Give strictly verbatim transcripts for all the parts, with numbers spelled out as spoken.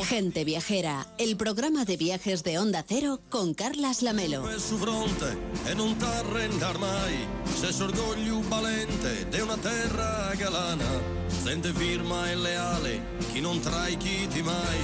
Gente Viajera, el programa de viajes de Onda Cero con Carlas Lamelo. Su fronte e non t'arrendar mai, se s'orgoglio valente de una terra galana, sente firma e leale, chi non trai chi mai.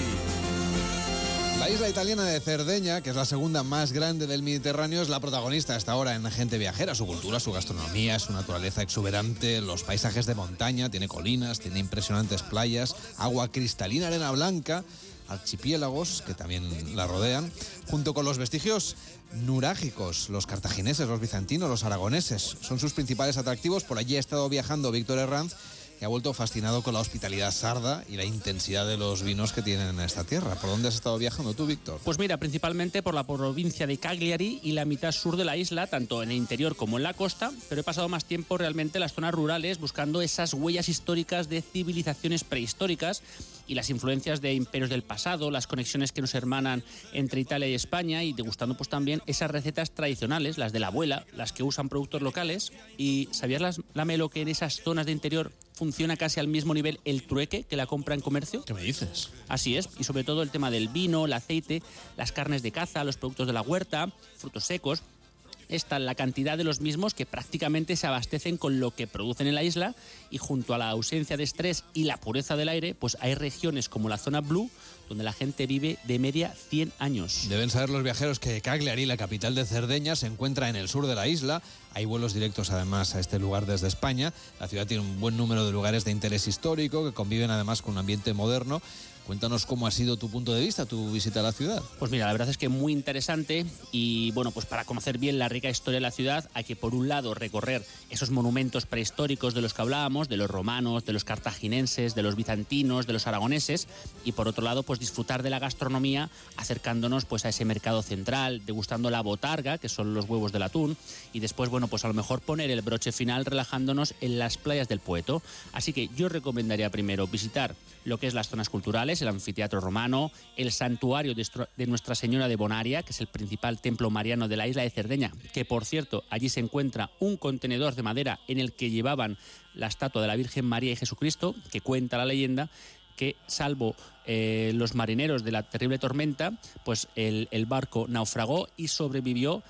La isla italiana de Cerdeña, que es la segunda más grande del Mediterráneo, es la protagonista hasta ahora en Gente Viajera. Su cultura, su gastronomía, su naturaleza exuberante, los paisajes de montaña, tiene colinas, tiene impresionantes playas, agua cristalina, arena blanca, archipiélagos que también la rodean, junto con los vestigios nurágicos, los cartagineses, los bizantinos, los aragoneses. Son sus principales atractivos. Por allí ha estado viajando Víctor Herranz, que ha vuelto fascinado con la hospitalidad sarda y la intensidad de los vinos que tienen en esta tierra. ¿Por dónde has estado viajando tú, Víctor? Pues mira, principalmente por la provincia de Cagliari y la mitad sur de la isla, tanto en el interior como en la costa, pero he pasado más tiempo realmente en las zonas rurales buscando esas huellas históricas de civilizaciones prehistóricas y las influencias de imperios del pasado, las conexiones que nos hermanan entre Italia y España, y degustando pues también esas recetas tradicionales, las de la abuela, las que usan productos locales. ¿Y sabías, Lamelo, que en esas zonas de interior funciona casi al mismo nivel el trueque que la compra en comercio? ¿Qué me dices? Así es, y sobre todo el tema del vino, el aceite, las carnes de caza, los productos de la huerta, frutos secos. Está la cantidad de los mismos que prácticamente se abastecen con lo que producen en la isla, y junto a la ausencia de estrés y la pureza del aire, pues hay regiones como la zona Blue, donde la gente vive de media cien años. Deben saber los viajeros que Cagliari, la capital de Cerdeña, se encuentra en el sur de la isla. Hay vuelos directos además a este lugar desde España. La ciudad tiene un buen número de lugares de interés histórico que conviven además con un ambiente moderno. Cuéntanos cómo ha sido tu punto de vista, tu visita a la ciudad. Pues mira, la verdad es que muy interesante, y bueno, pues para conocer bien la rica historia de la ciudad hay que, por un lado, recorrer esos monumentos prehistóricos de los que hablábamos, de los romanos, de los cartaginenses, de los bizantinos, de los aragoneses, y por otro lado, pues disfrutar de la gastronomía acercándonos pues a ese mercado central, degustando la botarga, que son los huevos del atún, y después, bueno, pues a lo mejor poner el broche final relajándonos en las playas del Poeto. Así que yo recomendaría primero visitar lo que es las zonas culturales, el anfiteatro romano, el santuario de Nuestra Señora de Bonaria, que es el principal templo mariano de la isla de Cerdeña, que por cierto allí se encuentra un contenedor de madera en el que llevaban la estatua de la Virgen María y Jesucristo, que cuenta la leyenda que, salvo eh, los marineros de la terrible tormenta, pues el, el barco naufragó y sobrevivió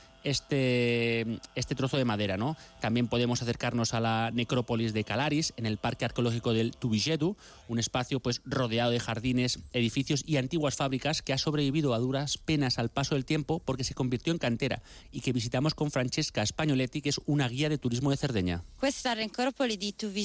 este, este trozo de madera, ¿no? También podemos acercarnos a la necrópolis de Calaris, en el parque arqueológico del Tubigedu, un espacio pues rodeado de jardines, edificios y antiguas fábricas que ha sobrevivido a duras penas al paso del tiempo porque se convirtió en cantera, y que visitamos con Francesca Spagnoletti, que es una guía de turismo de Cerdeña. Esta necrópolis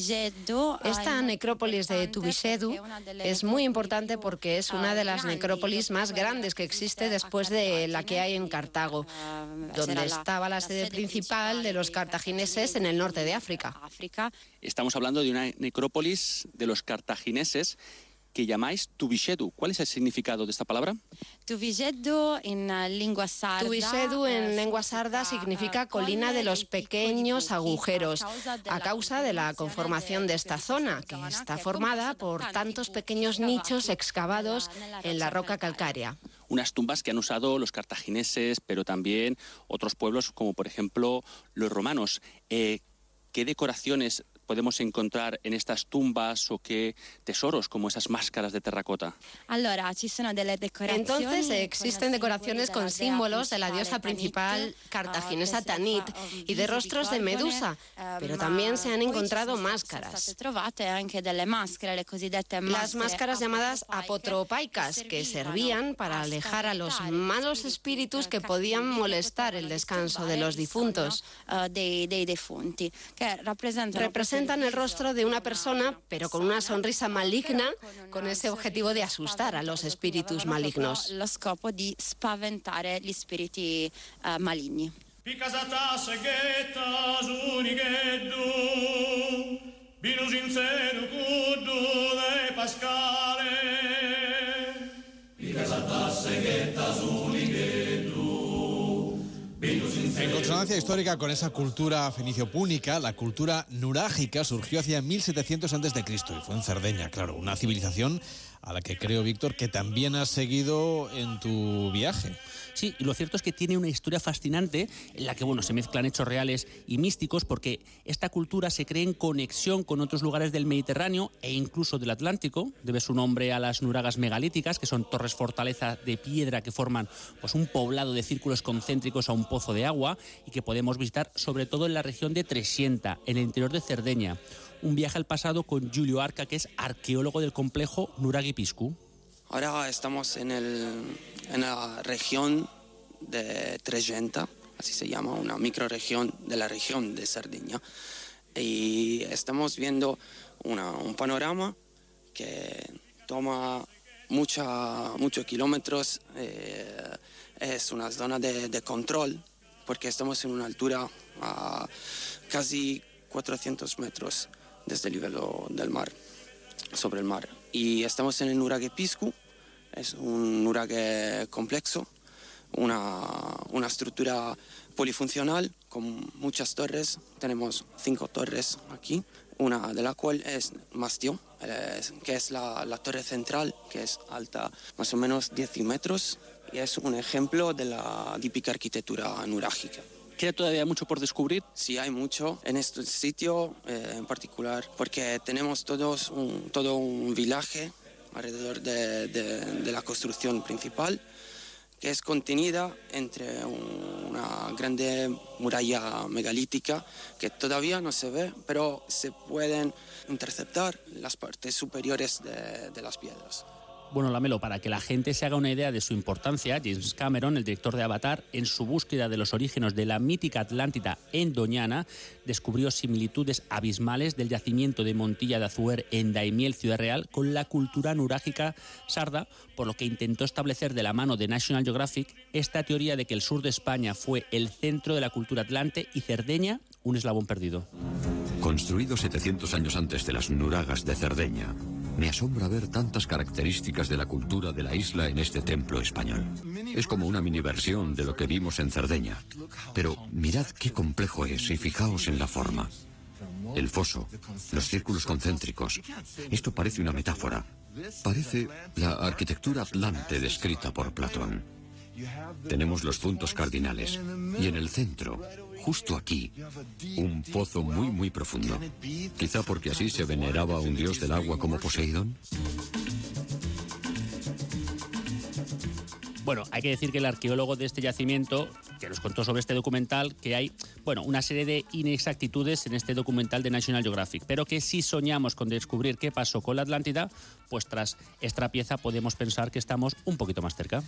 de Tubigedu es muy importante porque es una de las necrópolis más grandes que existe después de la que hay en Cartago, donde estaba la sede principal de los cartagineses en el norte de África. Estamos hablando de una necrópolis de los cartagineses que llamáis Tubigedu. ¿Cuál es el significado de esta palabra? Tubigedu en lengua sarda. Tubigedu en lengua sarda significa colina de los pequeños agujeros, a causa de la conformación de esta zona, que está formada por tantos pequeños nichos excavados en la roca calcárea. Unas tumbas que han usado los cartagineses, pero también otros pueblos, como por ejemplo los romanos. Eh, ¿Qué decoraciones podemos encontrar en estas tumbas, o qué tesoros, como esas máscaras de terracota? Entonces existen decoraciones con símbolos de la diosa principal cartaginesa Tanit y de rostros de Medusa, pero también se han encontrado máscaras. Las máscaras llamadas apotropaicas, que servían para alejar a los malos espíritus que podían molestar el descanso de los difuntos. Representan el rostro de una persona, pero con una sonrisa maligna, con ese objetivo de asustar a los espíritus malignos. Lo scopo di spaventare gli spiriti uh, maligni. En resonancia histórica con esa cultura fenicio-púnica, la cultura nurágica surgió hacia mil setecientos antes de Cristo y fue en Cerdeña, claro, una civilización a la que creo, Víctor, que también has seguido en tu viaje. Sí, y lo cierto es que tiene una historia fascinante en la que, bueno, se mezclan hechos reales y místicos, porque esta cultura se cree en conexión con otros lugares del Mediterráneo e incluso del Atlántico. Debe su nombre a las nuragas megalíticas, que son torres fortaleza de piedra que forman pues un poblado de círculos concéntricos a un pozo de agua y que podemos visitar sobre todo en la región de Trescienta, en el interior de Cerdeña. Un viaje al pasado con Julio Arca, que es arqueólogo del complejo Nuraghi Piscu. Ahora estamos en, el, en la región de Trescienta, así se llama, una microrregión de la región de Cerdeña. Y estamos viendo una, un panorama que toma mucha, muchos kilómetros. Eh, es una zona de, de control, porque estamos en una altura a casi cuatrocientos metros desde el nivel del mar, sobre el mar. Y estamos en el Nuraghi Piscu, es un nuraghe complejo, una, una estructura polifuncional con muchas torres. Tenemos cinco torres aquí, una de la cual es Mastio, eh, que es la, la torre central, que es alta más o menos diez metros, y es un ejemplo de la típica arquitectura nurágica. ¿Queda todavía mucho por descubrir? Sí, hay mucho en este sitio eh, en particular, porque tenemos todos un, todo un villaje alrededor de, de, de la construcción principal, que es contenida entre una grande muralla megalítica que todavía no se ve, pero se pueden interceptar las partes superiores de, de las piedras. Bueno, Lamelo, para que la gente se haga una idea de su importancia, James Cameron, el director de Avatar, en su búsqueda de los orígenes de la mítica Atlántida en Doñana, descubrió similitudes abismales del yacimiento de Montilla de Azuer en Daimiel, Ciudad Real, con la cultura nurágica sarda, por lo que intentó establecer de la mano de National Geographic esta teoría de que el sur de España fue el centro de la cultura atlante y Cerdeña un eslabón perdido. Construido setecientos años antes de las nuragas de Cerdeña, me asombra ver tantas características de la cultura de la isla en este templo español. Es como una mini versión de lo que vimos en Cerdeña. Pero mirad qué complejo es y fijaos en la forma. El foso, los círculos concéntricos. Esto parece una metáfora. Parece la arquitectura atlante descrita por Platón. Tenemos los puntos cardinales y en el centro, justo aquí, un pozo muy muy profundo. Quizá porque así se veneraba a un dios del agua como Poseidón. Bueno, hay que decir que el arqueólogo de este yacimiento, que nos contó sobre este documental, que hay, bueno, una serie de inexactitudes en este documental de National Geographic, pero que si soñamos con descubrir qué pasó con la Atlántida, pues tras esta pieza podemos pensar que estamos un poquito más cerca.